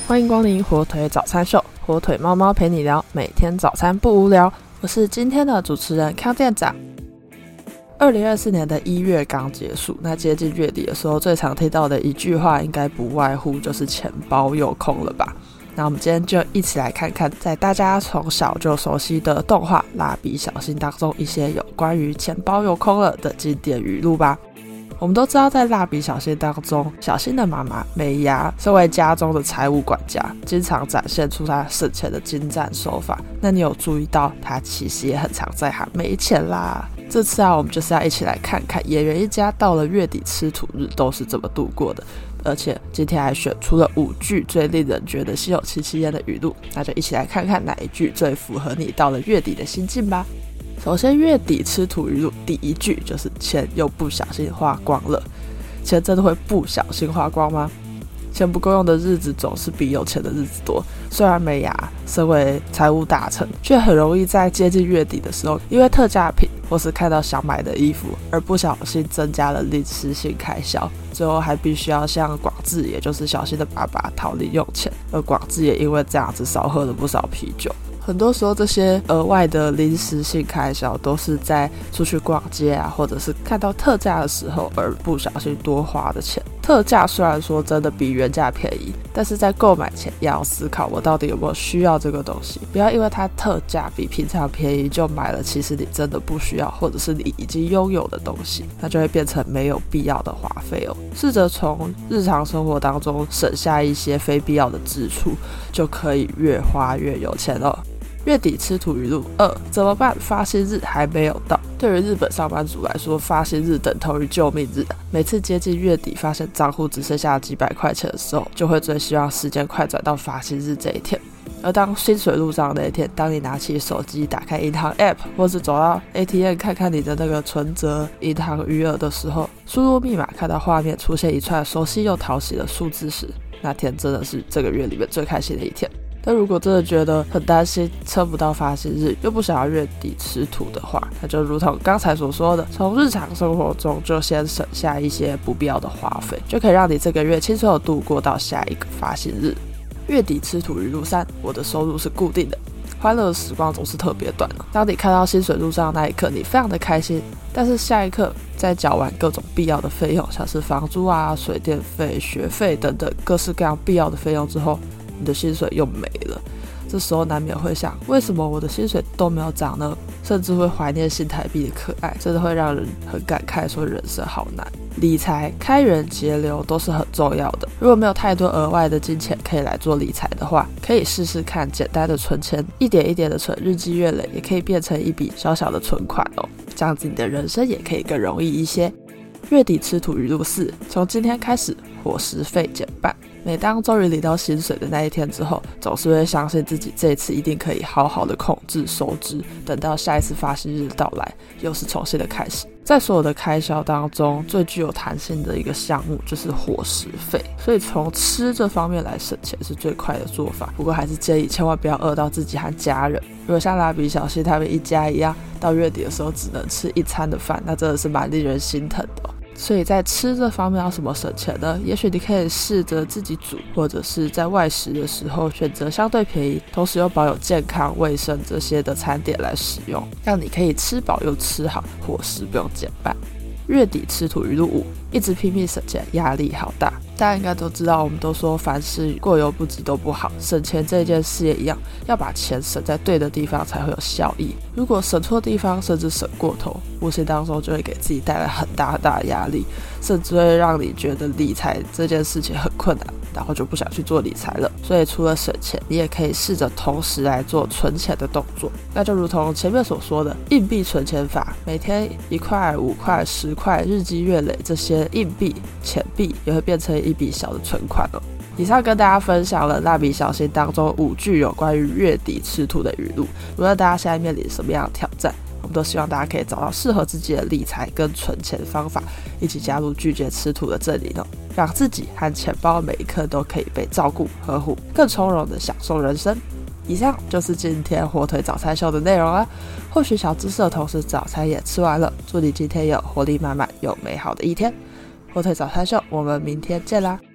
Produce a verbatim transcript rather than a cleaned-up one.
欢迎光临火腿早餐秀，火腿猫猫陪你聊，每天早餐不无聊。我是今天的主持人康店长。二零二四年的一月刚结束，那接近月底的时候，最常听到的一句话应该不外乎就是钱包又空了吧。那我们今天就一起来看看在大家从小就熟悉的动画《蜡笔小新》当中一些有关于钱包又空了的经典语录吧。我们都知道在蜡笔小新当中，小新的妈妈美伢身为家中的财务管家，经常展现出她省钱的精湛手法。那你有注意到她其实也很常在喊没钱啦。这次啊，我们就是要一起来看看演员一家到了月底吃土日都是怎么度过的，而且今天还选出了五句最令人觉得心有戚戚焉的语录，那就一起来看看哪一句最符合你到了月底的心境吧。首先，月底吃土语录第一句就是钱又不小心花光了。钱真的会不小心花光吗？钱不够用的日子总是比有钱的日子多。虽然美伢身为财务大臣，却很容易在接近月底的时候，因为特价品或是看到想买的衣服而不小心增加了临时性开销，最后还必须要向广志，也就是小新的爸爸讨零用钱，而广志也因为这样子少喝了不少啤酒。很多时候这些额外的临时性开销都是在出去逛街啊，或者是看到特价的时候而不小心多花的钱。特价虽然说真的比原价便宜，但是在购买前也要思考我到底有没有需要这个东西，不要因为它特价比平常便宜就买了其实你真的不需要或者是你已经拥有的东西，那就会变成没有必要的花费哦。试着从日常生活当中省下一些非必要的支出，就可以越花越有钱哦。月底吃土语录二，怎么办？发薪日还没有到。对于日本上班族来说，发薪日等同于救命日。每次接近月底，发现账户只剩下几百块钱的时候，就会最希望时间快转到发薪日这一天。而当薪水入账的那一天，当你拿起手机打开银行 App， 或是走到 A T M 看看你的那个存折银行余额的时候，输入密码看到画面出现一串熟悉又讨喜的数字时，那天真的是这个月里面最开心的一天。但如果真的觉得很担心撑不到发薪日，又不想要月底吃土的话，那就如同刚才所说的，从日常生活中就先省下一些不必要的花费，就可以让你这个月轻松的度过到下一个发薪日。月底吃土语录三，我的收入是固定的。欢乐的时光总是特别短了，当你看到薪水入账的那一刻，你非常的开心，但是下一刻在缴完各种必要的费用，像是房租啊、水电费、学费等等各式各样必要的费用之后，你的薪水又没了。这时候难免会想，为什么我的薪水都没有涨呢？甚至会怀念新台币的可爱，真的会让人很感慨说人生好难。理财、开源节流都是很重要的，如果没有太多额外的金钱可以来做理财的话，可以试试看简单的存钱，一点一点的存，日积月累也可以变成一笔小小的存款哦，这样子你的人生也可以更容易一些。月底吃土语录四，从今天开始伙食费减半。每当终于领到薪水的那一天之后，总是会相信自己这一次一定可以好好的控制收支，等到下一次发薪日到来，又是重新的开始。在所有的开销当中，最具有弹性的一个项目就是伙食费，所以从吃这方面来省钱是最快的做法。不过还是建议千万不要饿到自己和家人。如果像蜡笔小新他们一家一样，到月底的时候只能吃一餐的饭，那真的是蛮令人心疼的哦。所以在吃这方面要怎么省钱呢？也许你可以试着自己煮，或者是在外食的时候选择相对便宜，同时又保有健康、卫生这些的餐点来使用，让你可以吃饱又吃好，伙食不用减半。月底吃土语录五，一直拼命省钱，压力好大。大家应该都知道，我们都说凡事过犹不及都不好，省钱这件事也一样，要把钱省在对的地方才会有效益。如果省错地方，甚至省过头，无形当中就会给自己带来很大很大的压力，甚至会让你觉得理财这件事情很困难，然后就不想去做理财了。所以除了省钱，你也可以试着同时来做存钱的动作。那就如同前面所说的硬币存钱法，每天一块、五块、十块，日积月累，这些硬币、钱币也会变成一笔小的存款哦。以上跟大家分享了蜡笔小新当中五句有关于月底吃土的语录，无论大家现在面临什么样的挑战，我们都希望大家可以找到适合自己的理财跟存钱方法，一起加入拒绝吃土的阵营哦，让自己和钱包每一刻都可以被照顾呵护，更从容的享受人生。以上就是今天火腿早餐秀的内容啦，获取小知识的同时，早餐也吃完了，祝你今天有活力满满又美好的一天。火腿早餐秀，我们明天见啦！